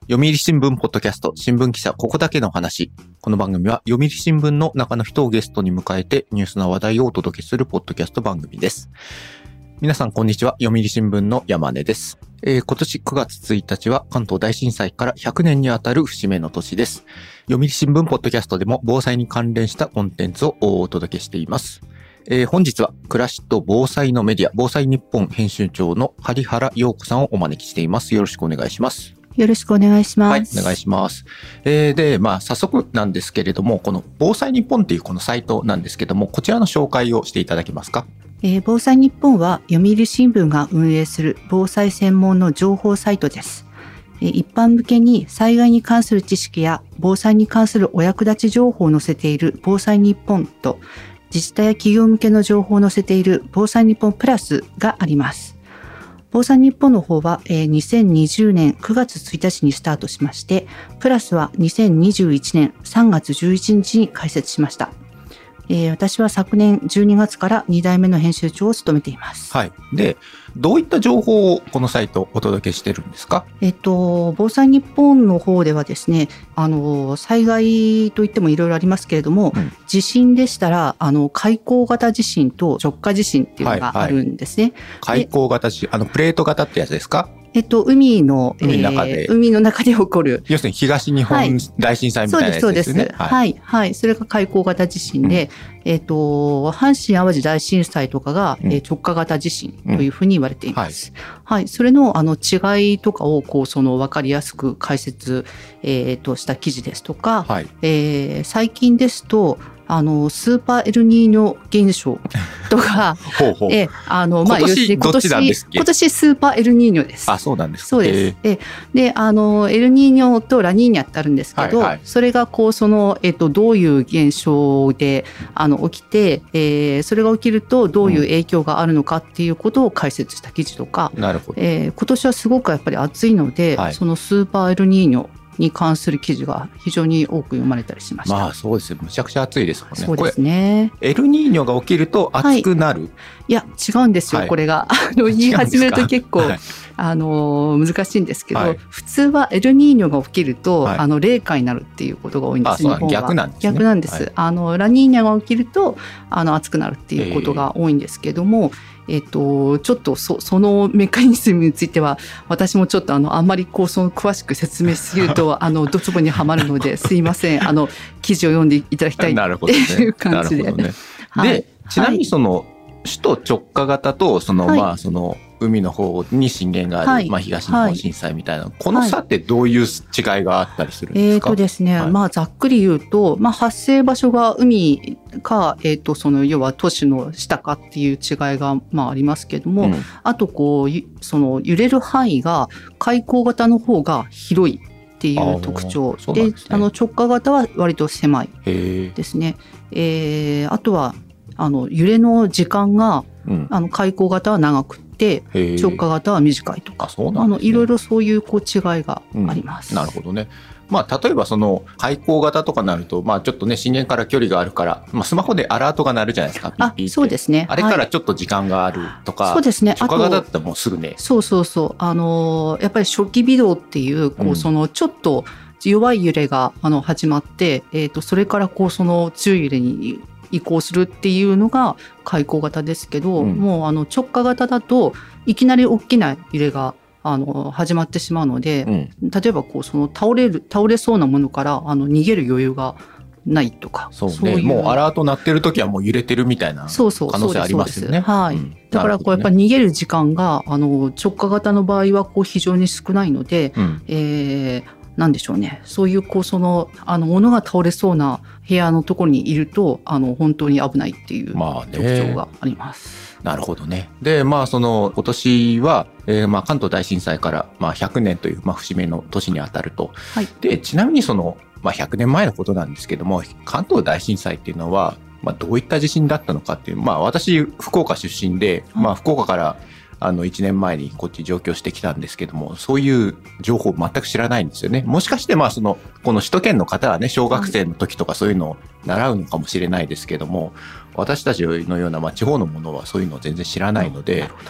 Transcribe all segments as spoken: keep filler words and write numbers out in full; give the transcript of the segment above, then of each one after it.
読売新聞ポッドキャスト新聞記者ここだけの話。この番組は読売新聞の中の人をゲストに迎えてニュースな話題をお届けするポッドキャスト番組です。皆さんこんにちは。読売新聞の山根です。えー、今年くがつついたちは関東大震災からひゃくねんにあたる節目の年です。読売新聞ポッドキャストでも防災に関連したコンテンツをお届けしています。えー、本日は暮らしと防災のメディア防災日本編集長の狩原陽子さんをお招きしています。よろしくお願いします。 よろしくお願いします。 はい、お願いします。えー、で、まあ早速なんですけれども、この防災日本っていうこのサイトなんですけども、こちらの紹介をしていただけますか。 えー、防災日本は読売新聞が運営する防災専門の情報サイトです。えー、一般向けに災害に関する知識や防災に関するお役立ち情報を載せている防災日本と、自治体や企業向けの情報を載せている防災日本プラスがあります。防災日本の方はにせんにじゅうねんくがつついたちにスタートしまして、プラスはにせんにじゅういちねんさんがつじゅういちにちに開設しました。えー、私は昨年じゅうにがつからにだいめの編集長を務めています。 はい。で、どういった情報をこのサイトお届けしてるんですか？ えっと、防災日本の方ではですね、あの、災害といってもいろいろありますけれども、うん、地震でしたら、あの、海溝型地震と直下地震っていうのがあるんですね。 はいはい、海溝型地震、あの、プレート型ってやつですか？ えっと、海の、 海の中で、 えー、海の中で起こる。 要するに東日本大震災みたいなやつですね。はい、そうです、そうです。 はい、はい、はい。それが海溝型地震で、うん、えっと、阪神淡路大震災とかが、うん、直下型地震というふうに言われています。うん、はい、はい。それの、あの、違いとかを、こう、その、わかりやすく解説、えー、とした記事ですとか、はい、えー、最近ですと、あの、スーパーエルニーニョ現象とか、 ほうほうえ、あの、まあ、 今年どっちなんですっけ？ 今年スーパーエルニーニョです。 あ、そうなんですか。 そうです。え、で、あの、エルニーニョとラニーニャってあるんですけど、はいはい、それがこう、その、えっと、どういう現象で、あの、起きて、えー、それが起きるとどういう影響があるのかっていうことを解説した記事とか、 うん、なるほど。 えー、今年はすごくやっぱり暑いので、はい、そのスーパーエルニーニョに関する記事が非常に多く読まれたりしました。 まあそうですよ。むちゃくちゃ暑いですもんね。 そうですね。 エルニーニョが起きると暑くなる？はい、 いや違うんですよ、はい、これが。あの言い始めると結構、はい、あの難しいんですけど、はい、普通はエルニーニョが起きると、はい、あの冷夏になるっていうことが多いんです。 あ、そうなん、逆なんですね。 逆なんです。はい、あのラニーニャが起きるとあの暑くなるっていうことが多いんですけども、えっと、ちょっと そ, そのメカニズムについては私もちょっとあのあんまりこうその詳しく説明しすぎるとあのドツボにはまるのですいません、あの記事を読んでいただきたいっていう感じで。 なるほどね。はい、でちなみにその、はい、首都直下型とその、はい、まあその海の方に震源がある、はい、まあ、東日本震災みたいな、はい、この差ってどういう違いがあったりするんですか？ えーとですね、はい、まあざっくり言うと、まあ、発生場所が海か、えーとその要は都市の下かっていう違いがまあありますけども、うん、あとこうその揺れる範囲が海溝型の方が広いっていう特徴で、ね、あの直下型は割と狭いですね。えー、あとはあの揺れの時間が、うん、あの海溝型は長くて直下型は短いとか、あ、あのいろいろそういうこう違いがあります。 うん、なるほどね。まあ、例えばその海溝型とかになると、まあ、ちょっとね震源から距離があるから、まあ、スマホでアラートが鳴るじゃないですか。ピッピッって。 あ、そうですね。 あれからちょっと時間があるとか、はい、 そうですね。 直下型だったらもうすぐね。 そうそうそう。あのー、やっぱり初期微動っていうこうそのちょっと弱い揺れがあの始まって、えーとそれからこうその強い揺れに移行するっていうのが海溝型ですけど、うん、もうあの直下型だといきなり大きな揺れがあの始まってしまうので、うん、例えばこうその倒れる倒れそうなものからあの逃げる余裕がないとか、 そうね、そういうもうアラート鳴ってる時はもう揺れてるみたいな可能性ありますよね。 はい、うん、だからこうやっぱり逃げる時間があの直下型の場合はこう非常に少ないので、うん、えーなんでしょうね、そういうこうそのあの物が倒れそうな部屋のところにいるとあの本当に危ないっていう特徴があります。 まあ、なるほどね。で、まあその今年は、えー、まあ関東大震災からまあひゃくねんというまあ節目の年にあたると。はい、でちなみにそのまあひゃくねんまえのことなんですけども、関東大震災っていうのはまあどういった地震だったのかっていう、まあ私福岡出身で、まあ福岡からあのいちねんまえにこっち上京してきたんですけども、そういう情報全く知らないんですよね。もしかしてまあそのこの首都圏の方はね、小学生の時とかそういうのを習うのかもしれないですけども、私たちのようなまあ地方のものはそういうのを全然知らないので、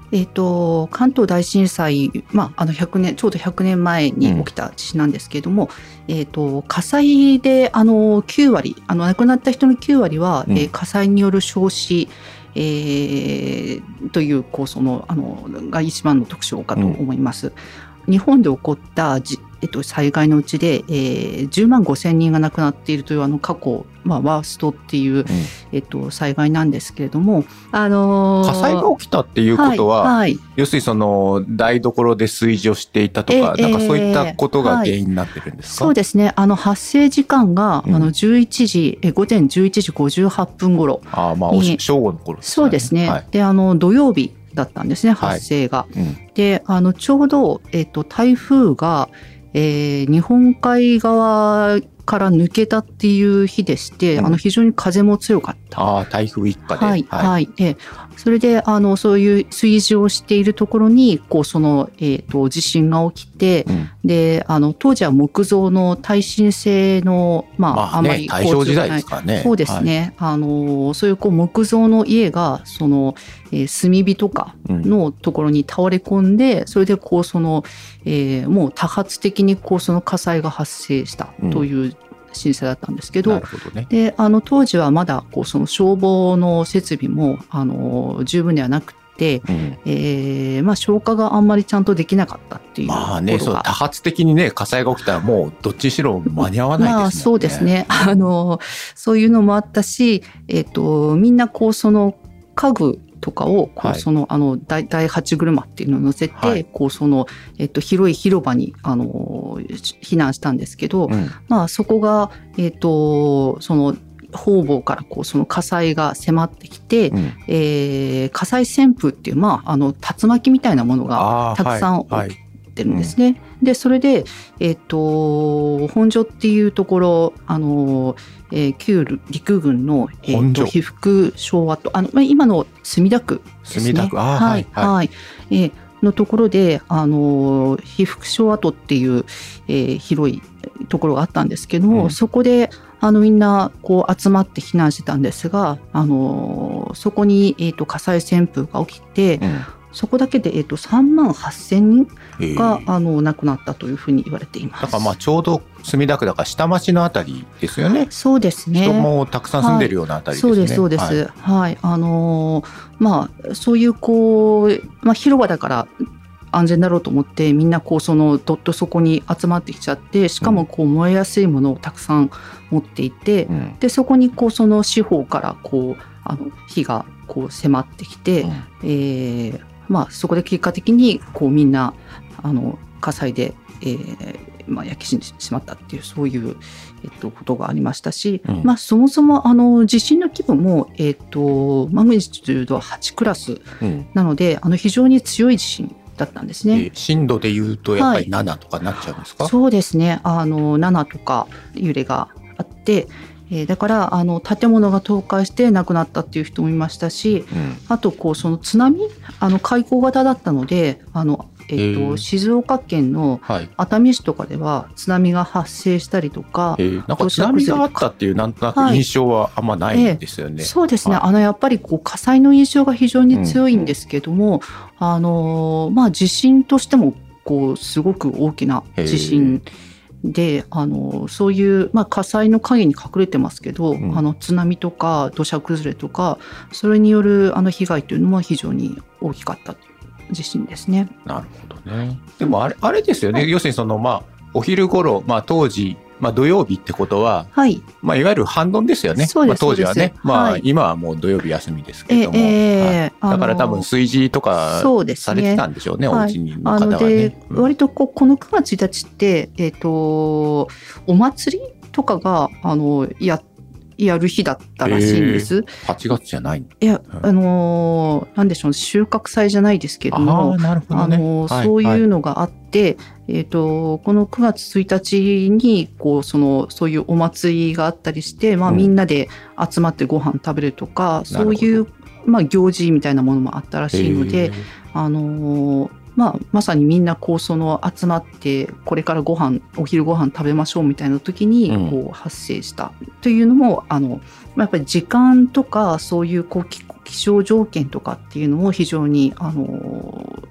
えっと、関東大震災、まあ、あのひゃくねん、ちょうどひゃくねんまえに起きた地震なんですけれども、うん、えっと、火災であのきゅうわり、あの亡くなった人のきゅうわりは、うん、えー、火災による焼死、えー、というこうそのあのが一番の特徴かと思います。うん、日本で起こったじえっと、災害のうちで、えー、じゅうまんごせんにんが亡くなっているというあの過去、まあ、ワーストっていう、うん、えっと、災害なんですけれども、あのー、 火災が起きたっていうことは、はいはい、要するにその台所で炊事をしていたとか、えなんかそういったことが原因になってるんですか？ はい、そうですね。あの発生時間が、うん、あのじゅういちじえ午前じゅういちじごじゅうはっぷん頃。 あまあ正午の頃ですね。 そうですね。はい、であの土曜日だったんですね、発生が。はい、うん、であのちょうど、えっと、台風がえー、日本海側から抜けたっていう日でして、うん、あの非常に風も強かった。 ああ、台風一過で。 はい、はいはい、えー、それであのそういう炊事をしているところにこうその、えー、と地震が起きて、うん、であの当時は木造の耐震性の、まあまあね、 あまり大正時代ですからね。 そうですね、はい、あのそういうこう木造の家がその、えー、炭火とかのところに倒れ込んで、うん、それでこうその、えー、もう多発的にこうその火災が発生したという、うん震災だったんですけど、 なるほどね、 であの当時はまだこうその消防の設備もあの十分ではなくて、うん、えー、まあ、消火があんまりちゃんとできなかったっていうところが、 まあね、そう多発的にね火災が起きたらもうどっちにしろ間に合わないですもんね。まあ、 そうですね。あのそういうのもあったし、えーと、みんなこうその家具とかをこうその、はい、あの第八車っていうのを乗せて、はい、こうそのえっと広い広場にあの避難したんですけど、うん、まあそこがえっとその方々からこうその火災が迫ってきて、うん、えー、火災旋風っていうまああの竜巻みたいなものがたくさん起きて、はいはいてるんですね。うん、でそれで、えー、と本所っていうところあの、えー、旧陸軍の、えー、と被服昭和とあの今の墨田区ですね。 墨田区、あ、 はいはいはい、えー、のところであの被服昭和とっていう、えー、広いところがあったんですけども、うん、そこであのみんなこう集まって避難してたんですが、あのそこに、えー、と火災旋風が起きて、うん、そこだけで、えー、とさんまんはっせんにんが、えー、あの亡くなったというふうに言われています。 だからまあちょうど墨田区だから下町のあたりですよね。 そうですね。 人もたくさん住んでるようなあたりですね。 はい、そうですそうです。はい、はい、あのー、まあそういうこう、まあ、広場だから安全だろうと思ってみんなこうそのどっとそこに集まってきちゃって、しかもこう燃えやすいものをたくさん持っていて、うん、でそこにこうその四方からこうあの火がこう迫ってきて、うん、えーまあ、そこで結果的にこうみんなあの火災で、えーまあ、焼け死んでしまったっていうそういう、えっと、ことがありましたし、うんまあ、そもそもあの地震の規模も、えっと、マグニチュードははちクラスなので、うん、あの非常に強い地震だったんですね。えー、震度でいうとやっぱりななとかなっちゃうんですか？ はい、そうですね。あのななとか揺れがあって、えー、だからあの建物が倒壊して亡くなったっていう人もいましたし、うん、あとこうその津波あの海溝型だったのであの、えー、と静岡県の熱海市とかでは津波が発生したりとか、 えー、なんか津波があったっていうなんとなく印象はあんまないんですよね。はい、えー、 そうですね。はい、あのやっぱりこう火災の印象が非常に強いんですけども、うん、あのまあ地震としてもこうすごく大きな地震であのそういう、まあ、火災の陰に隠れてますけど、うん、あの津波とか土砂崩れとかそれによるあの被害というのも非常に大きかった地震ですね。 なるほどね。でもあれ、あれですよね、はい、要するにその、まあ、お昼頃、まあ、当時、まあ、土曜日ってことは、はいまあ、いわゆる半ドンですよね。まあ、当時はね、まあ、はい、今はもう土曜日休みですけれども、ええーはい、だから多分炊事とかされてたんでしょうね、お家の方はね。はい、でうん、割とこうこのくがつついたちって、えーと、お祭りとかがあのややる日だったらしいんです。 えー、はちがつじゃない？ いや、うん、あのー、なんでしょう、収穫祭じゃないですけども、 あ、なるほどね、 あのーはい、そういうのがあって、はいえーと、このくがつついたちにこうそのそういうお祭りがあったりして、まあ、みんなで集まってご飯食べるとか、うん、そういう、まあ、行事みたいなものもあったらしいので、あのーまあ、まさにみんなこうその集まってこれからご飯お昼ご飯食べましょうみたいな時にこう発生したというのも、うん、あのやっぱり時間とかそういうこう気象条件とかっていうのも非常にあの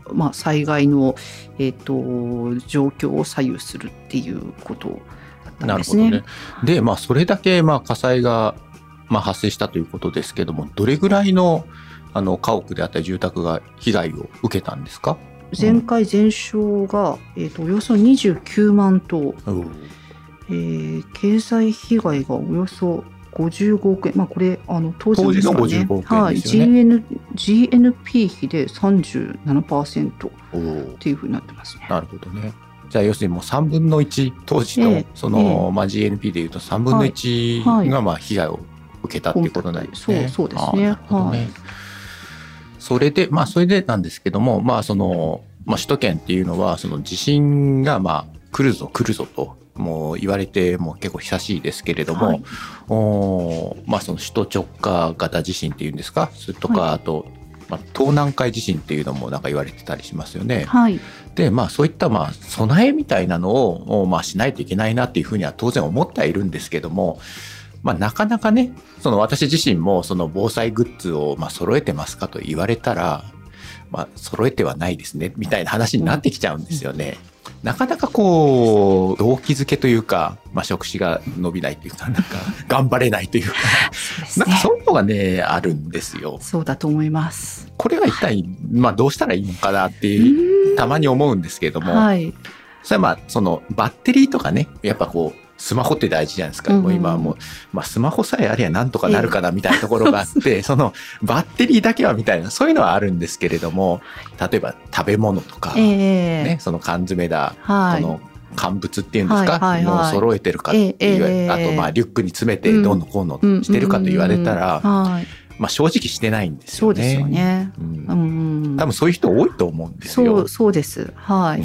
まあ、災害の、えー、と状況を左右するっていうことだったんですね。 なるほどね。で、まあ、それだけまあ火災がまあ発生したということですけども、どれぐらいのあの家屋であったり住宅が被害を受けたんですか？ 全壊全焼が、えー、とおよそにじゅうきゅうまんとう、 うんえー経済被害がおよそごじゅうごおくえん、まあ、これあの当時のですからね、 当時のごじゅうごおくえんはい、 ですよね。 ジーエヌジーエヌピー 比で さんじゅうななパーセント っおーていうふうになってますね。 なるほどね。じゃあ要するにもうさんぶんのいち、当時のええその、 ええまあ、ジーエヌピー でいうとさんぶんのいちはいがまあ被害を受けたっていうことなんですね。 そうそうですね。 あーなるほどね。 はいそれでまあそれでなんですけども、まあそのまあ、首都圏っていうのはその地震がまあ来るぞ来るぞともう言われてもう結構久しいですけれども、 はいおまあその首都直下型地震っていうんですか、それとか、 はいあと、まあ、東南海地震っていうのもなんか言われてたりしますよね。 はいでまあそういったまあ備えみたいなのをまあしないといけないなっていうふうには当然思ってはいるんですけども、まあ、なかなかね、その私自身もその防災グッズをまあ揃えてますかと言われたら、まあ、揃えてはないですねみたいな話になってきちゃうんですよね。なかなかこう動機づけというか、まあ、触手が伸びないというか、なんか頑張れないというかそうですねなんかそういうのがねあるんですよ。 そうだと思います。 これが一体、まあ、どうしたらいいのかなってうーんたまに思うんですけれども、 はいそれはまあそのバッテリーとかね、やっぱこうスマホって大事じゃないですか。 うんうんもう今はもう、まあ、スマホさえありゃなんとかなるかなみたいなところがあって、そのバッテリーだけはみたいなそういうのはあるんですけれども、例えば食べ物とか、 ええね、その缶詰だ、 はいこの乾物っていうんですか、 はいはいはいもう揃えてるかって言われ、 ええあとまあリュックに詰めてどうのこうのしてるかと言われたら、 うんうんうんはいまあ、正直してないんですよね。 そうですよね。 うんうん多分そういう人多いと思うんですそよう。そうですはい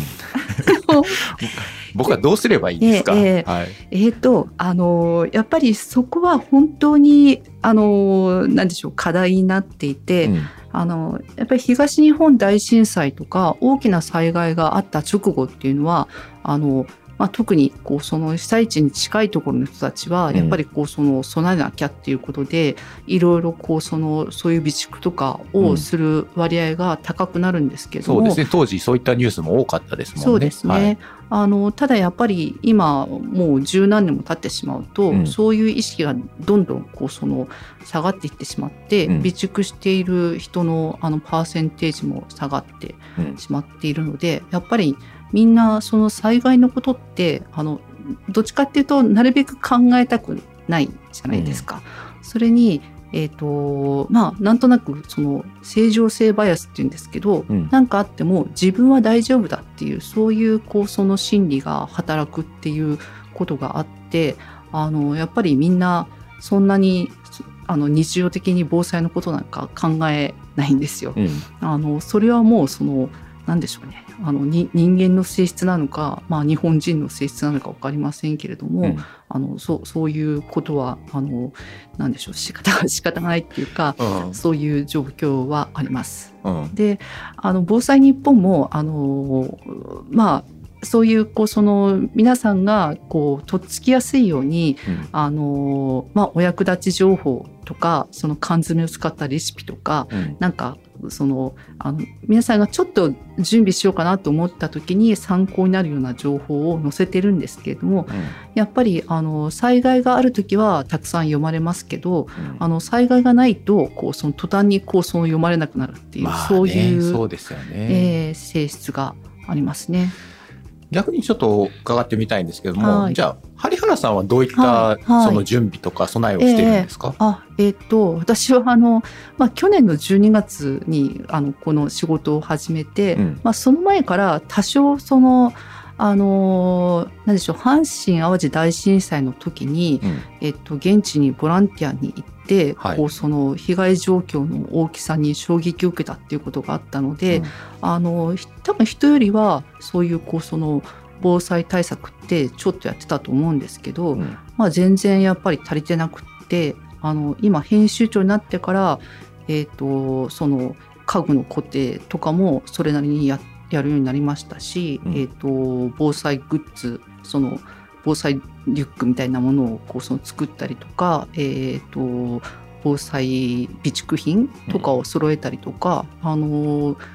僕はどうすればいいですか？ ええええはい。 えーとあのやっぱりそこは本当にあのなんでしょう課題になっていて、 うんあのやっぱり東日本大震災とか大きな災害があった直後っていうのはあの、まあ、特にこうその被災地に近いところの人たちはうんやっぱりこうその備えなきゃっていうことで、いろいろこうそのそういう備蓄とかをする割合が高くなるんですけども、 そうですね。当時そういったニュースも多かったですもんね。 そうですね、 はいあのただやっぱり今もう十何年も経ってしまうと、 うんそういう意識がどんどんこうその下がっていってしまって、 うん備蓄している人のあのパーセンテージも下がってうんしまっているので、やっぱりみんなその災害のことってあのどっちかっていうとなるべく考えたくないじゃないですか。それにえーとまあ、なんとなくその正常性バイアスっていうんですけど、 うん何かあっても自分は大丈夫だっていうそういうこうその心理が働くっていうことがあって、あのやっぱりみんなそんなにあの日常的に防災のことなんか考えないんですよ。 うんあのそれはもうそのなんでしょうね、あのに人間の性質なのか、まあ、日本人の性質なのか分かりませんけれども、 うんあのそそういうことはあのなんでしょう仕方が仕方がないっていうか、 うんそういう状況はあります。 うんで、あの防災日本もあのまあそういうこうその皆さんがこうとっつきやすいようにうんあの、まあ、お役立ち情報とかその缶詰を使ったレシピとかうんなんかそのあの皆さんがちょっと準備しようかなと思った時に参考になるような情報を載せてるんですけれども、やっぱりあの災害がある時はたくさん読まれますけど、 うんあの災害がないとこうその途端にこうその読まれなくなるっていう、 まあねそういうそうですよね。 えー性質がありますね。 逆にちょっと伺ってみたいんですけども、 はいじゃあ針原さんはどういったはいはいその準備とか備えをしているんですか？ あえっ、と私はあの、まあ、去年のじゅうにがつにあのこの仕事を始めて、 うんまあ、その前から多少そのあの何でしょう阪神・淡路大震災の時に、 うんえっと、現地にボランティアに行って、 はいこうその被害状況の大きさに衝撃を受けたっていうことがあったので、 うんあのひ多分人よりはそういうこうその防災対策ってちょっとやってたと思うんですけど、 うんまあ、全然やっぱり足りてなくってあの今編集長になってから、えー、とその家具の固定とかもそれなりにややるようになりましたし、 うんえー、と防災グッズその防災リュックみたいなものをこうその作ったりとか、えー、と防災備蓄品とかを揃えたりとか、あの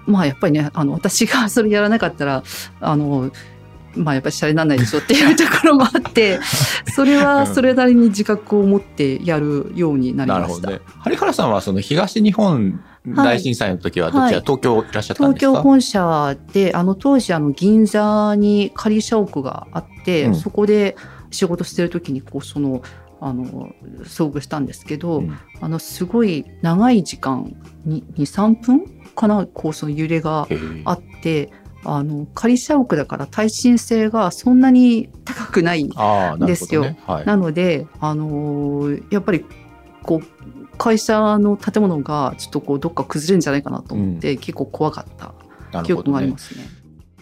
まあやっぱりね、あの私がそれやらなかったらあのまあやっぱりシャレにならないでしょっていうところもあってそれはそれなりに自覚を持ってやるようになりました。 なるほどね。針原さんはその東日本大震災の時はどちら、はい、東京いらっしゃったんですか？ 東京本社で、あの当時あの銀座に仮社屋があって、うん、そこで仕事してる時にこうそのあの遭遇したんですけど、うん、あのすごい長い時間に にさんぷんかな、こうその揺れがあって、あの仮社屋だから耐震性がそんなに高くないんですよ。なるほどね。はい、なのであのやっぱりこう会社の建物がちょっとこうどっか崩れるんじゃないかなと思って、うん、結構怖かった記憶がありますね。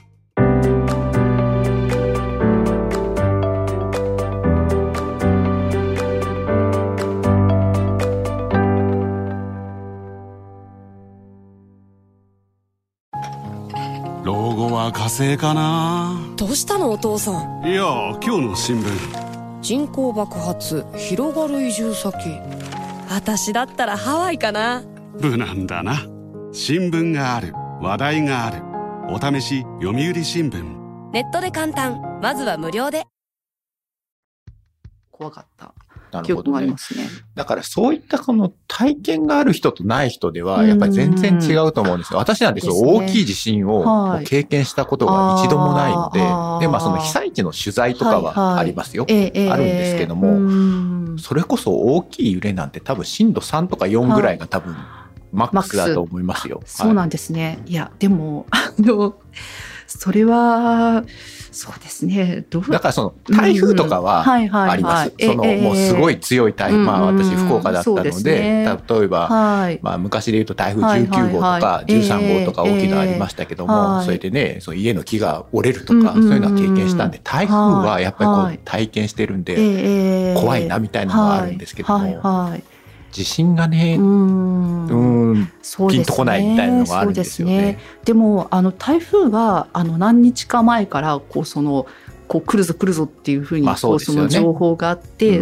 老後は火星かな。 どうしたのお父さん。 いや今日の新聞、 人口爆発広がる移住先。私だったらハワイかな。 無難だな。新聞がある、話題がある。お試し読売新聞。 ネットで簡単、まずは無料で。 怖かった記憶がありますね。 だからそういったこの体験がある人とない人ではやっぱり全然違うと思うんですよ。私なんてそう大きい地震を経験したことが一度もないので、でまあその被災地の取材とかはありますよ、はいはい、あるんですけども、それこそ大きい揺れなんて多分震度さんとかよんぐらいが多分マックスだと思いますよ。 そうなんですね。いやでもあのそれはそうですね。どうだからその台風とかはあります。そのもうすごい強い台風、まあ私福岡だったので、例えばまあ昔で言うと台風じゅうきゅうごうとかじゅうさんごうとか大きいのありましたけども、それでね、その家の木が折れるとかそういうのは経験したんで、台風はやっぱりこう体験してるんで怖いなみたいなのがあるんですけども。地震がね、うん、うん、ピンとこないみたいなのがあるんですよね。そうですね。 でもあの台風があの何日か前からこうそのこう来るぞ来るぞっていうふうにこうその情報があって、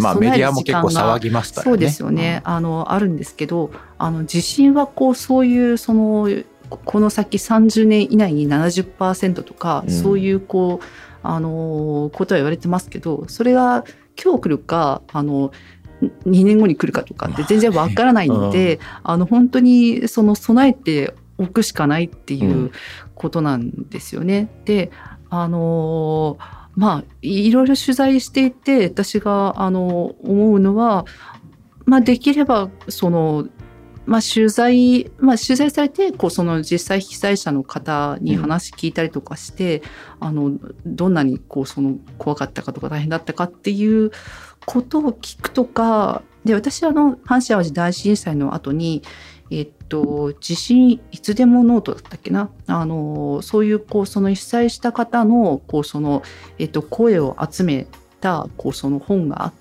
まあメディアも結構騒ぎますからね。 そうですよね。あのあるんですけど、あの地震はこうそういうそのこの先さんじゅうねん以内に ななじゅっパーセント とか、うん、そういうこうあのことは言われてますけど、それが今日来るかあのにねんごに来るかとかって全然わからないので、まあうん、あの本当にその備えておくしかないっていうことなんですよね。うん、で、あのまあいろいろ取材していて私があの思うのは、まあできればそのまあ取材まあ取材されてこうその実際被災者の方に話聞いたりとかして、うん、あのどんなにこうその怖かったかとか大変だったかっていうことを聞くとかで、私はあの阪神・淡路大震災の後に、えっと、地震いつでもノートだったっけな、あのそういうこうその被災した方のこうその、えっと、声を集めたこうその本があって、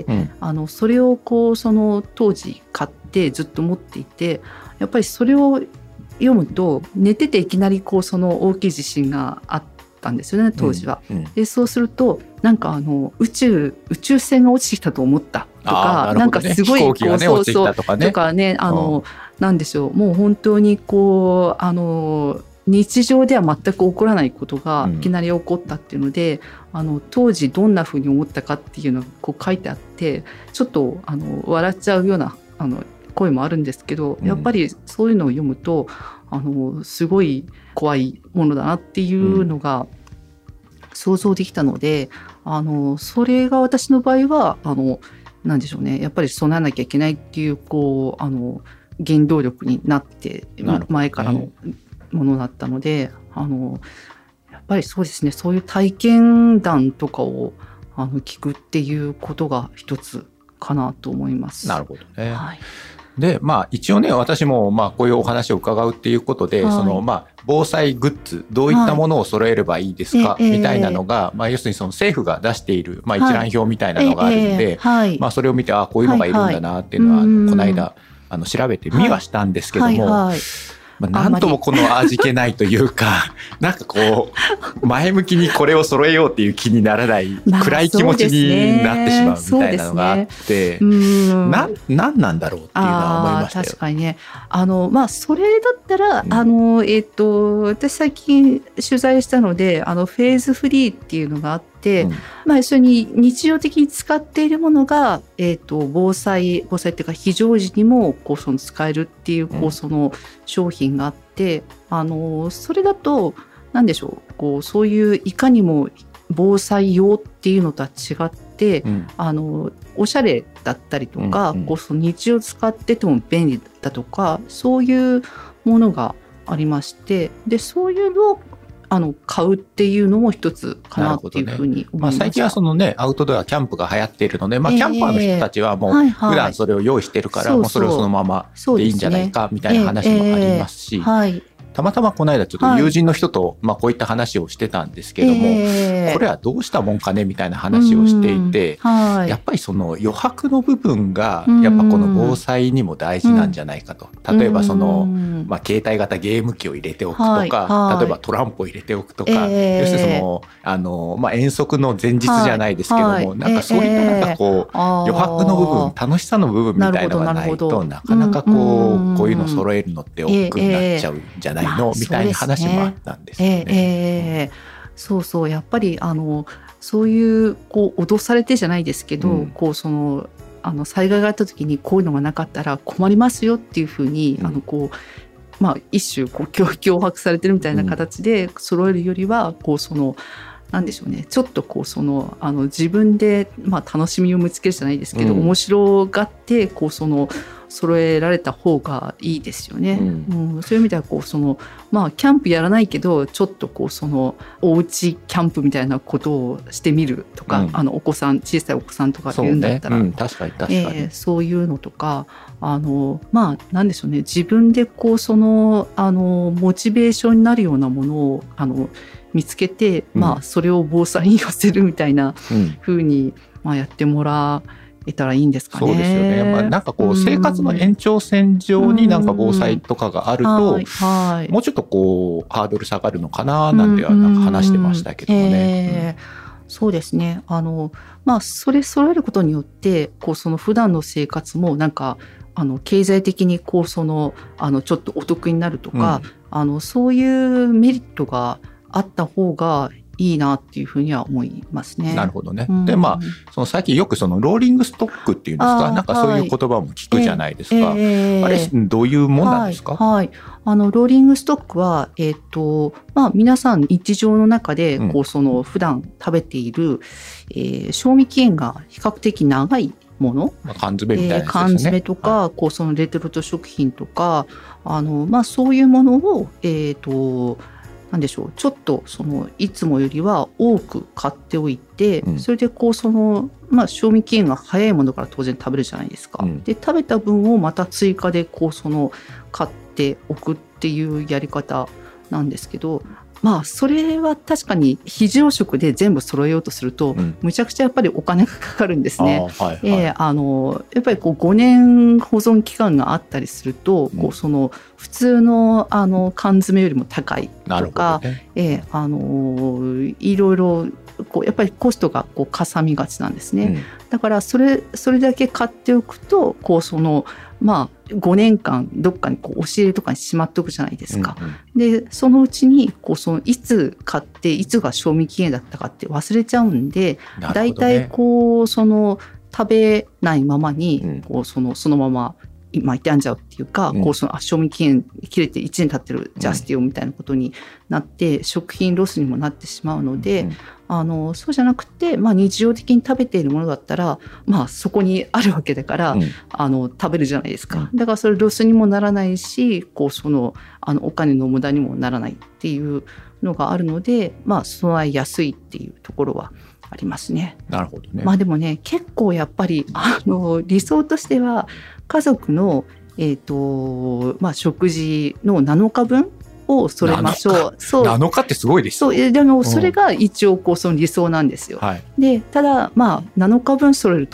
うん、あのそれをこうその当時買ってずっと持っていて、やっぱりそれを読むと寝てていきなりこうその大きい地震があったんですよね当時は。うんうん、でそうするとなんかあの宇宙宇宙船が落ちてきたと思ったとか、な, ね、なんかすごいこう、ね、そうそうとかね、とかね、あの、うん、なんでしょう、もう本当にこうあの日常では全く起こらないことがいきなり起こったっていうので、うん、あの当時どんなふうに思ったかっていうのがこう書いてあって、ちょっとあの笑っちゃうようなあの声もあるんですけど、やっぱりそういうのを読むとあのすごい怖いものだなっていうのが想像できたので、うん、あのそれが私の場合はあのなんでしょうね、やっぱり備えなきゃいけないっていうこうあの原動力になって前からのものだったので、あのやっぱりそうですね、そういう体験談とかをあの聞くっていうことが一つかなと思います。 なるほどね。はい、でまあ、一応ね私もまあこういうお話を伺うっていうことで、はい、そのまあ防災グッズどういったものを揃えればいいですか、はい、みたいなのが、えーまあ、要するにその政府が出している、まあ、一覧表みたいなのがあるんで、はいえーまあ、それを見てあこういうのがいるんだなっていうのは、はいはい、この間あの調べてみはしたんですけども、はいはいはい、 まあ、なんともこの味気ないというかなんかこう前向きにこれを揃えようっていう気にならない、まあ、暗い気持ちになってしまうみたいなのがあって、ね、うんななんなんだろうっていうのは思いましたよ。 確かにねあの、まあ、それだったら、うん、あのえー、と私最近取材したのであのフェーズフリーっていうのがあって、うんまあ、一緒に日常的に使っているものが、えー、と防災防災っていうか非常時にもこうその使えるっていう、こうその商品があって、うん、あのそれだと何でしょう、こうそういういかにも防災用っていうのとは違って、うん、あのおしゃれだったりとか、うんうん、こうその日常使ってても便利だとかそういうものがありまして、でそういうのをあの買うっていうのも一つかなっていうふうに思いました。ねまあ、 最近はそのねアウトドアキャンプが流行っているので、まあ、キャンパーの人たちはもう普段それを用意してるから、もうそれをそのままでいいんじゃないかみたいな話もありますし、たまたまこの間ちょっと友人の人と、はいまあ、こういった話をしてたんですけども、えー、これはどうしたもんかねみたいな話をしていて、はい、やっぱりその余白の部分がやっぱこの防災にも大事なんじゃないかと。例えばその、まあ、携帯型ゲーム機を入れておくとか、はいはい、例えばトランプを入れておくとか、えー、要するにそのあの、まあ、遠足の前日じゃないですけども、はいはい、なんかそういったなんかこう、えー、余白の部分楽しさの部分みたいなのがないと な, なかなかこう、こういうのを揃えるのって億劫になっちゃうんじゃないの、みたいな話もあったんですよね。えーえー、そうそうやっぱりあのそういうこう脅されてじゃないですけど、うん、こうそのあの災害があった時にこういうのがなかったら困りますよっていうふうに、うん、あのこうまあ一種こう脅迫されてるみたいな形で揃えるよりは、こうそのなんでしょうね、ちょっとこうそのあの自分で、まあ、楽しみを見つけるじゃないですけど、うん、面白がってこうその揃えられた方がいいですよね。うんうん、そういう意味ではこうその、まあ、キャンプやらないけどちょっとこうそのおうちキャンプみたいなことをしてみるとか、うん、あのお子さん小さいお子さんとかいるんだったら、 そうね、うん、確かに確かに、えー、そういうのとかあのまあなんでしょうね、自分でこうそのあのモチベーションになるようなものをあの見つけて、うん、まあそれを防災に寄せるみたいな風に、うんまあ、やってもらえたらいいんですかね。 そうですよね。まあ、なんかこう生活の延長線上になんか防災とかがあると、はいはい、もうちょっとこうハードル下がるのかななんてはなんか話してましたけどもね。 えー、そうですね。あのまあそれ揃えることによってこうその普段の生活もなんかあの経済的にこうそのあのちょっとお得になるとか、うん、あのそういうメリットがあった方がいいなっていうふうには思いますね。 なるほどね。うん、でまあその最近よくそのローリングストックっていうんですか、なんかそういう言葉も聞くじゃないですか。はいえー、あれどういうもんなんですか。 はい、はい、あのローリングストックはえっとまあ皆さん日常の中でこうその普段食べている、うんえー、賞味期限が比較的長いもの、 まあ、缶詰みたいなやつですね。 缶詰とか、はい、こうそのレトルト食品とかあのまあそういうものをえっとなんでしょう、ちょっとそのいつもよりは多く買っておいて、うん、それでこうその、まあ、賞味期限が早いものから当然食べるじゃないですか。うん、で食べた分をまた追加でこうその買っておくっていうやり方なんですけど、まあそれは確かに非常食で全部揃えようとすると、うん、むちゃくちゃやっぱりお金がかかるんですね。あ、はいはい、えー、あのやっぱりこうごねん保存期間があったりすると、うん、こうその普通のあの缶詰よりも高いとか、ねえー、あのいろいろこうやっぱりコストがこうかさみがちなんですね。うん、だからそれそれだけ買っておくとこうそのまあごねんかんどっかにこう押し入れとかにしまっておくじゃないですか。うんうん、でそのうちにこうそのいつ買っていつが賞味期限だったかって忘れちゃうんで、だいたいこうその食べないままにこうそのそのまま巻いてあんじゃうっていうか、うん、こうその賞味期限切れていちねん経ってるじゃあ捨てようみたいなことになって、うん、食品ロスにもなってしまうので、うん、あのそうじゃなくて、まあ、日常的に食べているものだったら、まあ、そこにあるわけだから、うん、あの食べるじゃないですか。だからそれロスにもならないし、こうそのあのお金の無駄にもならないっていうのがあるので、まあ、備えやすいっていうところはありますね。 なるほどね。 まあでもね、結構やっぱりあの理想としては家族の、えーとまあ、食事のなのかぶんをそれましょう。そうなのかってすごいですよ。 そうでもそれが一応こうその理想なんですよ。うんはい、でただまあなのかぶんそれると結構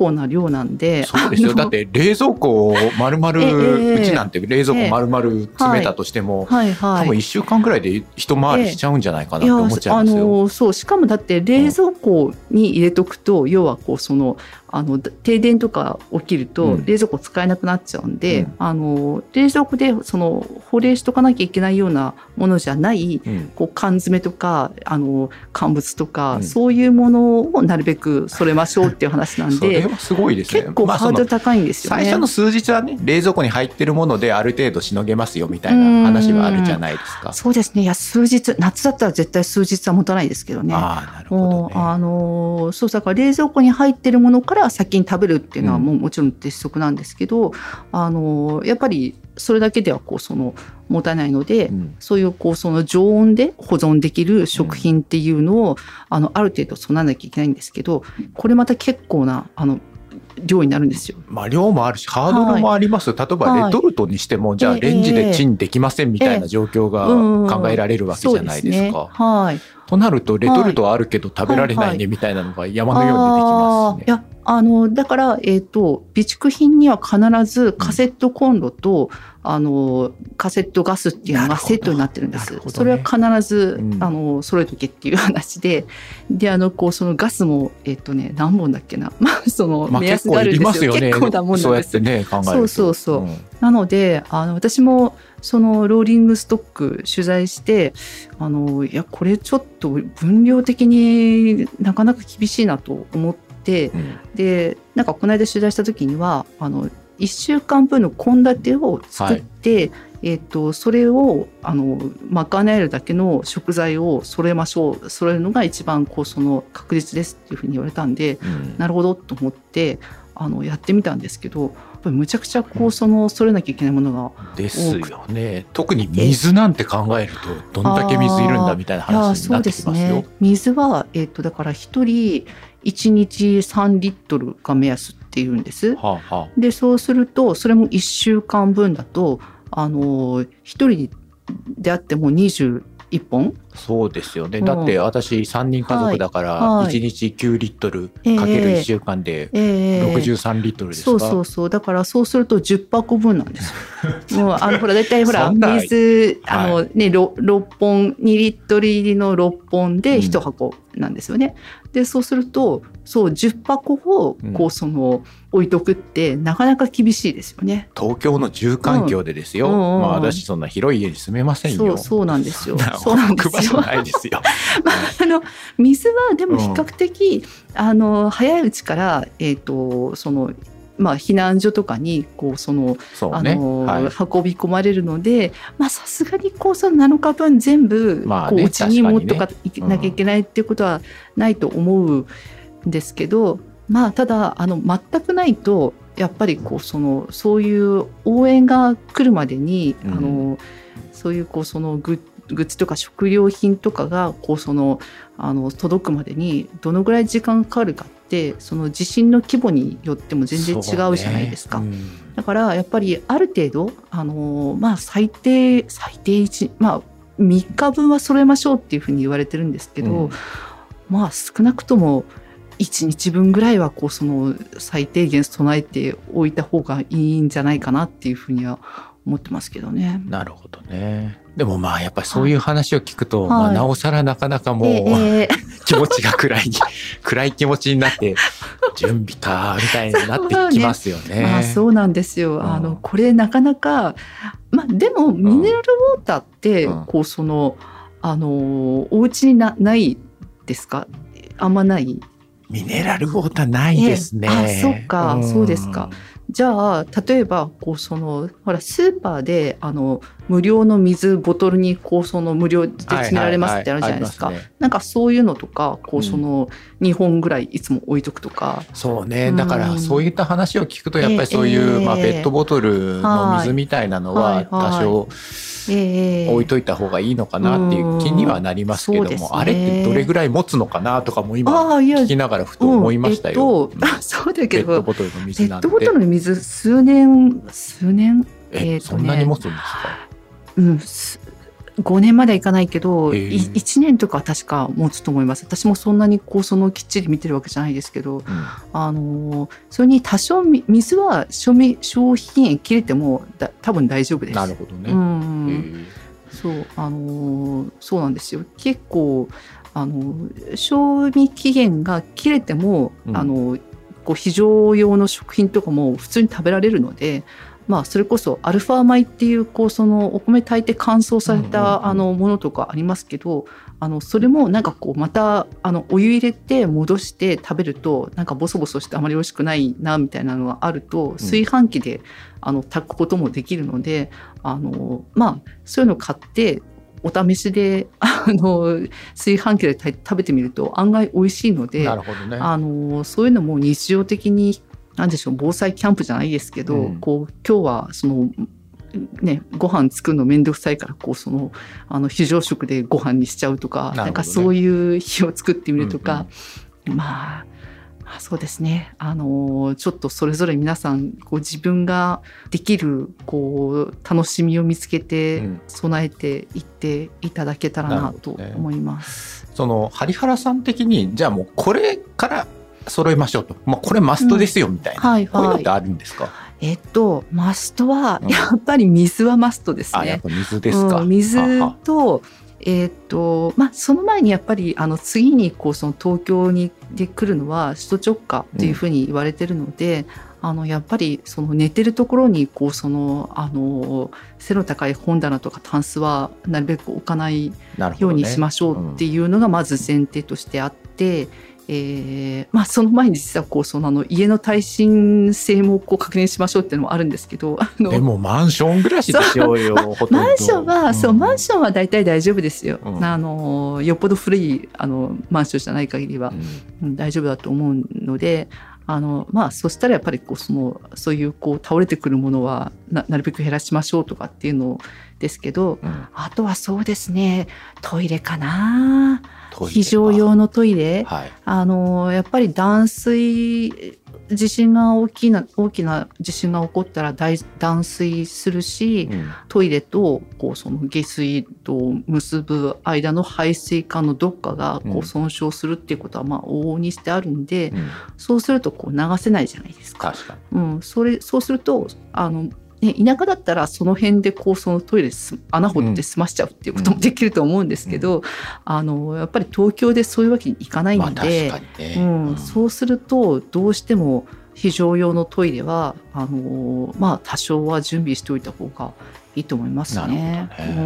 構な量なんで。 そうですよ。だって冷蔵庫を丸々、 ええ、 うちなんて冷蔵庫丸々詰めたとしても、 はいはい、 多分いっしゅうかんぐらいで一回りしちゃうんじゃないかなって思っちゃいますよ。 いや、あのそう、しかもだって冷蔵庫に入れとくと、うん、要はこうそのあの停電とか起きると冷蔵庫使えなくなっちゃうんで、うん、あの冷蔵庫でその保冷しとかなきゃいけないようなものじゃない、うん、こう缶詰とかあの乾物とか、うん、そういうものをなるべくそれましょうっていう話なんでそれはすごいですね。 結構ハードル高いんですよね。 まあ、最初の数日はね、冷蔵庫に入ってるものである程度しのげますよみたいな話はあるじゃないですか。 そうですね。いや、数日、夏だったら絶対数日は持たないですけどね。 ああ、なるほどね。 あのそうだから冷蔵庫に入ってるものから先に食べるっていうのはもうもちろん鉄則なんですけど、うん、あのやっぱりそれだけではこうその持たないので、うん、そういうこうその常温で保存できる食品っていうのを、うん、あのある程度備えなきゃいけないんですけど、これまた結構なあの量になるんですよ。 まあ、量もあるしハードルもあります、はい、例えばレトルトにしても、はい、じゃあレンジでチンできませんみたいな状況が考えられるわけじゃないですか。 はい、 となるとレトルトはあるけど食べられないねみたいなのが山のように出てきますね。 いや、あのだから、えーと、備蓄品には必ずカセットコンロと、うん、あのカセットガスっていうのがセットになってるんです。ね、それは必ず、うん、あの揃えとけっていう話で、であのこうそのガスもえっ、ー、とね何本だっけな、まあその目安があるんですよ。 まあ、結構いりますよね。 結構なもんなんです。 そうやってね考えると。 そうそうそう。うん、なのであの私もそのローリングストック取材してあのいやこれちょっと分量的になかなか厳しいなと思って、うん、でなんかこの間取材した時にはあのいっしゅうかんぶんの献立を作って、はい、えーと、それをあの賄えるだけの食材を揃えましょう、揃えるのが一番こうその確実ですっていうふうに言われたんで、うん、なるほどと思ってあのやってみたんですけど、やっぱりむちゃくちゃこうその揃えなきゃいけないものが多くですよね。特に水なんて考えるとどんだけ水いるんだみたいな話になってきますよ。 そうですね、水は、えーと、だからひとりいちにちさんリットルが目安っていうんです。はあはあ、でそうするとそれもいっしゅうかんぶんだとあのひとりであってもにじゅういっぽん。 そうですよね。だって私さんにん家族だからいちにちきゅうリットルかけるいっしゅうかんでろくじゅうさんリットルですか。 そうそうそう。だからそうするとじゅっぱこぶんなんですよ。もうあのほら大体ほら水あのね、ろっぽんにリットル入りのろっぽんでいちはこなんですよね。うん、でそうするとそうじゅっぱこをこうその、うん、置いとくってなかなか厳しいですよね。 東京の住環境でですよ。うんうんうん、まあ私そんな広い家に住めませんよ。 そうそうなんですよ。そうなんですよ。 ないですよ。 まあ、あの水はでも比較的、うん、あの早いうちから、えーとそのまあ、避難所とかにこうそのそうね、 あの、 はい、 運び込まれるのでさすがにこうそのなのかぶん全部お家に持っとかなきゃいけないっていうことはないと思うんですけど、まあ、ただあの全くないとやっぱりこうそのそういう応援が来るまでに、うん、あのそういうこうそのグッグッズとか食料品とかがこうそのあの届くまでにどのぐらい時間がかかるかってその地震の規模によっても全然違うじゃないですか。ね、うん、だからやっぱりある程度あの、まあ、最低最低いち、まあ、みっかぶんは揃えましょうっていうふうに言われてるんですけど、うん、まあ少なくともいちにちぶんぐらいはこうその最低限備えておいた方がいいんじゃないかなっていうふうには思ってますけどね。 なるほどね。でもまあやっぱりそういう話を聞くと、はい、まあ、なおさらなかなかもう、えー、気持ちが暗い暗い気持ちになって準備かみたいになってきますよね。 まあ、そうなんですよ。うん、あのこれなかなか、まあ、でもミネラルウォーターって、うん、こうそのあのお家に な, ないですか？あんまない？ ミネラルウォーターないですね。 あ、そっか、うん、そうですか。じゃあ例えばこうそのほらスーパーであの無料の水ボトルにこうその無料で決められますってあるじゃないですか。なんかそういうのとかこうそのにほんぐらいいつも置いとくとか、 うん、そうね。だからそういった話を聞くとやっぱりそういう、えーまあ、ペットボトルの水みたいなのは多少置いといた方がいいのかなっていう気にはなりますけども、うんね、あれってどれぐらい持つのかなとかも今聞きながらふと思いましたよ。 うんえっと、そうだけどペットボトルの水なんてペットボトルの水数年数年え、えーとね、そんなに持つんですか？ うん、 ごねんまではいかないけど、 へーいいちねんとかは確か持つと思います。私もそんなにこうそのきっちり見てるわけじゃないですけど、 うん、 あのそれに多少み水は消費消費期限切れてもだ多分大丈夫です。 なるほどね。 うんへーそうあのそうなんですよ。結構あの賞味期限が切れても、うん、あのこう非常用の食品とかも普通に食べられるので、まあ、それこそアルファ米っていうこうそのお米炊いて乾燥された、うんうんうん、あのものとかありますけど、あのそれもなんかこうまたあのお湯入れて戻して食べるとなんかボソボソしてあまり美味しくないなみたいなのがあると、炊飯器であの炊くこともできるので、あのまあそういうのを買ってお試しであの炊飯器で食べてみると案外美味しいので、 なるほどね、 あのそういうのも日常的になんでしょう、防災キャンプじゃないですけど、うん、こう今日はそのねご飯作るのめんどくさいからこうそのあの非常食でご飯にしちゃうとか、な、ね、なんかそういう日を作ってみるとか、うんうん、まあまあ、そうですね、あのちょっとそれぞれ皆さんこう自分ができるこう楽しみを見つけて備えていっていただけたらなと思います、 ね、その針原さん的にじゃあもうこれから揃えましょうと、まあ、これマストですよみたいな、うんはいはい、こういうのってあるんですか？ えっとマストはやっぱり水はマストですね、 うん、あやっぱ水ですか、 うん、水とえーとまあ、その前にやっぱりあの次にこうその東京にで来るのは首都直下というふうに言われてるので、うん、あのやっぱりその寝てるところにこうそのあの背の高い本棚とかタンスはなるべく置かないようにしましょうっていうのがまず前提としてあって、えーまあ、その前に実はこうそのあの家の耐震性もこう確認しましょうっていうのもあるんですけど、あのでもマンション暮らしでしょうよ、ま、ほとんどマンションは、うん、そうマンションは大体大丈夫ですよ、うん、あのよっぽど古いあのマンションじゃない限りは、うん、大丈夫だと思うので、あのまあそしたらやっぱりこうそのそういうこう倒れてくるものは な, なるべく減らしましょうとかっていうのですけど、うん、あとはそうですね、トイレかな、非常用のトイレ、はい、あのやっぱり断水地震が大きな大きな地震が起こったら大断水するし、うん、トイレとこうその下水道を結ぶ間の排水管のどっかがこう損傷するっていうことはまあ往々にしてあるんで、うん、そうするとこう流せないじゃないですか。 確かに、うん、それそうするとあのね、田舎だったらその辺でこうそのトイレ穴掘って済ましちゃうっていうこともできると思うんですけど、うん、あのやっぱり東京でそういうわけにいかないので、まあ確かにね、うんうん、そうするとどうしても非常用のトイレはあの、まあ、多少は準備しておいた方がいいと思いますね。 なるほどね。 うん、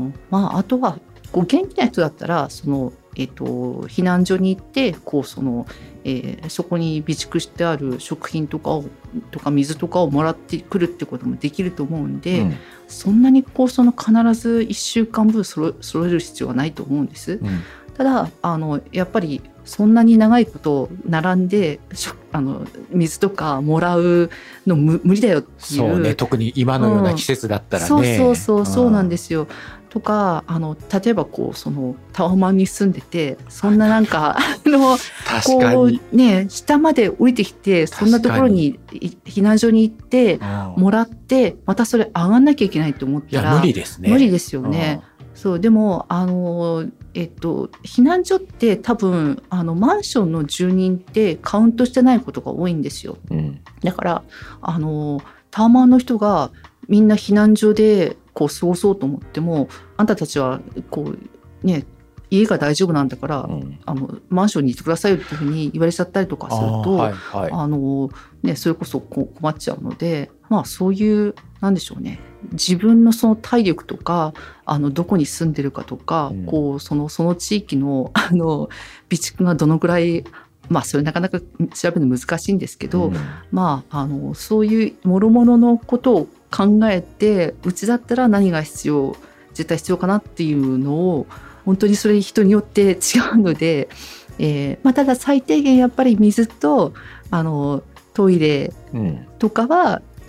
まあ、あとはこう元気な人だったらそのえっと、避難所に行ってこうその、えー、そこに備蓄してある食品とかをとか水とかをもらってくるってこともできると思うんで、うん、そんなにこうその必ずいっしゅうかんぶん揃える必要はないと思うんです、うん、ただあのやっぱりそんなに長いこと並んであの水とかもらうの無理だよっていう。 そうね、特に今のような季節だったらね、 うん、そうそうそうそうなんですよ。とかあの例えばこうそのタワマンに住んでてそんななんかあのこうね下まで降りてきてそんなところに避難所に行ってもらってまたそれ上がんなきゃいけないと思ったらいや無理ですね。 無理ですよね。そうでもあの、えっと、避難所って多分あのマンションの住人ってカウントしてないことが多いんですよ、うん、だからあのタワマンの人がみんな避難所でこう過ごそうと思ってもあんたたちはこうね家が大丈夫なんだから、うん、あのマンションにいてくださいよっていうふうに言われちゃったりとかするとあ、はいはい、あのね、それこそ困っちゃうので、まあ、そういうなんでしょうね、自分のその体力とかあのどこに住んでるかとか、うん、こうそのその地域のあの備蓄がどのくらい、まあそれなかなか調べるの難しいんですけど、うん、まああのそういう諸々のことを考えてうちだったら何が必要絶対必要かなっていうのを本当にそれ人によって違うので、えーまあ、ただ最低限やっぱり水とあのトイレとかは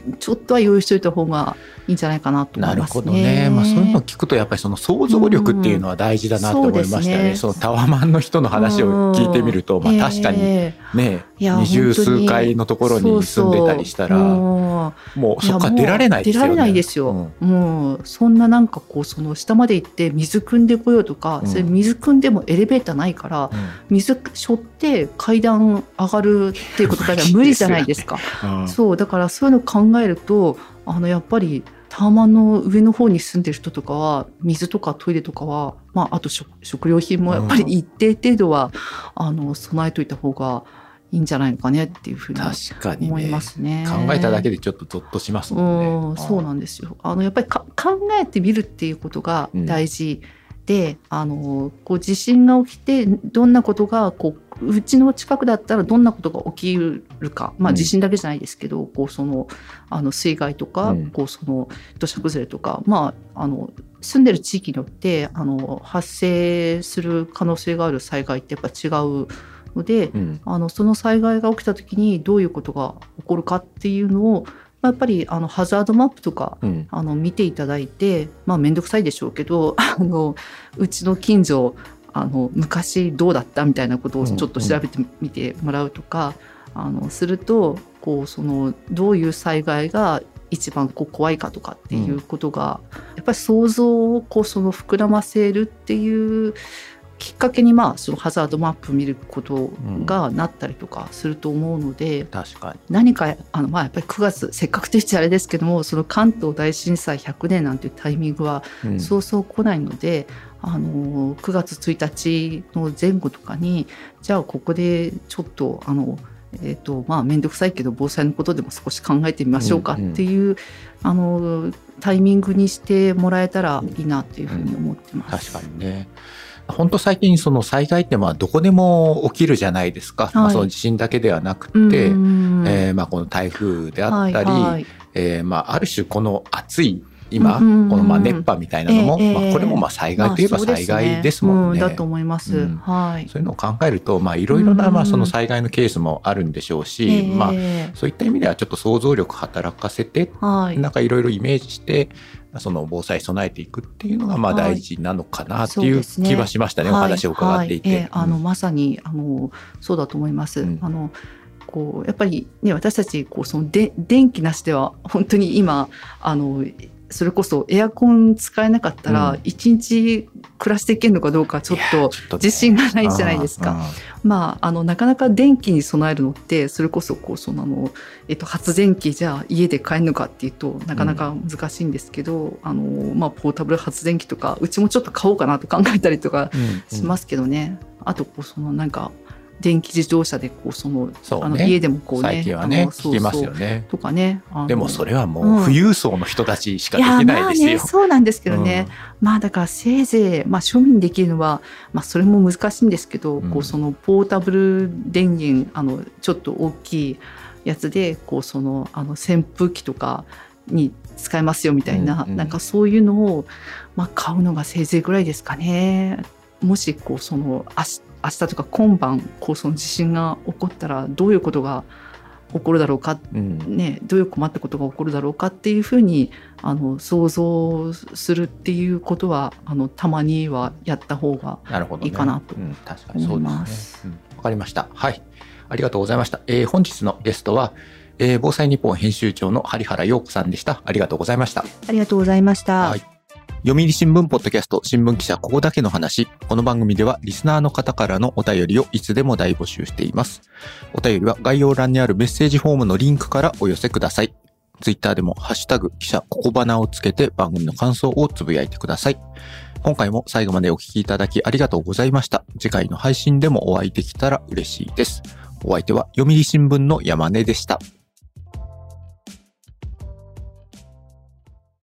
ちょっとは用意しといた方がいいんじゃないかなと思いますね。 なるほどね。まあ、そういうのを聞くとやっぱりその想像力っていうのは大事だなと思いましたね。うん、そうですね。そのタワマンの人の話を聞いてみると、まあ確かにね、二十数階のところに住んでたりしたら、もうそっか出られないですよね。 出られないですよ。うん、もうそんななんかこうその下まで行って水汲んでこようとか、うん、それ水汲んでもエレベーターないから、うん、水背負って階段上がるっていうことだけは無理じゃないですか。うん、そうだからそういうのを考えると、あのやっぱりタワマンの上の方に住んでる人とかは水とかトイレとかは、まあ、あと 食, 食料品もやっぱり一定程度は、うん、あの備えといた方がいいんじゃないのかねっていうふうに思いますね。 確かにね。考えただけでちょっとゾッとしますもんね。 うん、そうなんですよ。あのやっぱりか考えてみるっていうことが大事で、うん、あのこう地震が起きてどんなことがこううちの近くだったらどんなことが起きるか、まあ、地震だけじゃないですけど、うん、こうそのあの水害とか、うん、こうその土砂崩れとか、まあ、あの住んでる地域によってあの発生する可能性がある災害ってやっぱ違うので、うん、あのその災害が起きた時にどういうことが起こるかっていうのをやっぱりあのハザードマップとか、うん、あの見ていただいて、まあ面倒くさいでしょうけど、あのうちの近所あの昔どうだったみたいなことをちょっと調べてみてもらうとか、うんうん、あのするとこうそのどういう災害が一番こう怖いかとかっていうことが、うん、やっぱり想像をこうその膨らませるっていうきっかけに、まあそのハザードマップを見ることがなったりとかすると思うので、うん、 確かに何かあのまあやっぱりくがつせっかくと言っちゃあれですけども、その関東大震災ひゃくねんなんていうタイミングはそうそう来ないので、うん、あのくがつついたちの前後とかにじゃあここでちょっとあのえーとまあ、面倒くさいけど防災のことでも少し考えてみましょうかっていう、うんうん、あのタイミングにしてもらえたらいいなっていうふうに思ってます。 うん、確かにね。本当最近その災害ってまあどこでも起きるじゃないですか。はい、まあ、その地震だけではなくて、うんえー、まあこの台風であったり、はいはいえー、まあある種この暑い今、うんうん、このまあ熱波みたいなのも、えーまあ、これもまあ災害といえば災害ですもんね。まあ、 そうですね。うん、だと思います。うん、はい。 そういうのを考えると、まあいろいろなまあその災害のケースもあるんでしょうし、えー、まあそういった意味ではちょっと想像力働かせて、はい、なんかいろいろイメージして、その防災備えていくっていうのがまあ大事なのかなっていう気はしましたね。はい、お話を伺っていて。はいはいえー、 あのまさにあのそうだと思います。うん、あのこうやっぱりね私たちこうそので電気なしでは本当に今あのそれこそエアコン使えなかったら一日暮らしていけるのかどうかちょっと自信がないじゃないですか。まあ、あのなかなか電気に備えるのってそれこそこうそのあの、えっと、発電機じゃあ家で買えるのかっていうとなかなか難しいんですけど、うん、あのまあ、ポータブル発電機とかうちもちょっと買おうかなと考えたりとかしますけどね、うんうん、あとこうそのなんか電気自動車でこうその、 そうね、 あの家でもこうね最近はね聞きますよねとかね。 でもそれはもう富裕層の人たちしかできないですよ。 いやまあね、そうなんですけどね、うん、まあだからせいぜい、まあ、庶民できるのは、まあ、それも難しいんですけど、うん、こうそのポータブル電源あのちょっと大きいやつでこうそのあの扇風機とかに使えますよみたいな、うんうん、なんかそういうのを、まあ、買うのがせいぜいぐらいですかね。もしこうその明日明日とか今晩こうその地震が起こったらどういうことが起こるだろうか、うんね、どういう困ったことが起こるだろうかっていうふうにあの想像するっていうことはあのたまにはやった方がいいかなと思います。 なるほどね。うん、確かにそうですね。うん、わかりました。はい、ありがとうございました。えー、本日のゲストは、えー、防災日本編集長の針原陽子さんでした。ありがとうございました。 ありがとうございました。はい、 読売新聞ポッドキャスト新聞記者ここだけの話。この番組ではリスナーの方からのお便りをいつでも大募集しています。お便りは概要欄にあるメッセージフォームのリンクからお寄せください。ツイッターでもハッシュタグ記者ここばなをつけて番組の感想をつぶやいてください。今回も最後までお聞きいただきありがとうございました。次回の配信でもお会いできたら嬉しいです。お相手は読売新聞の山根でした。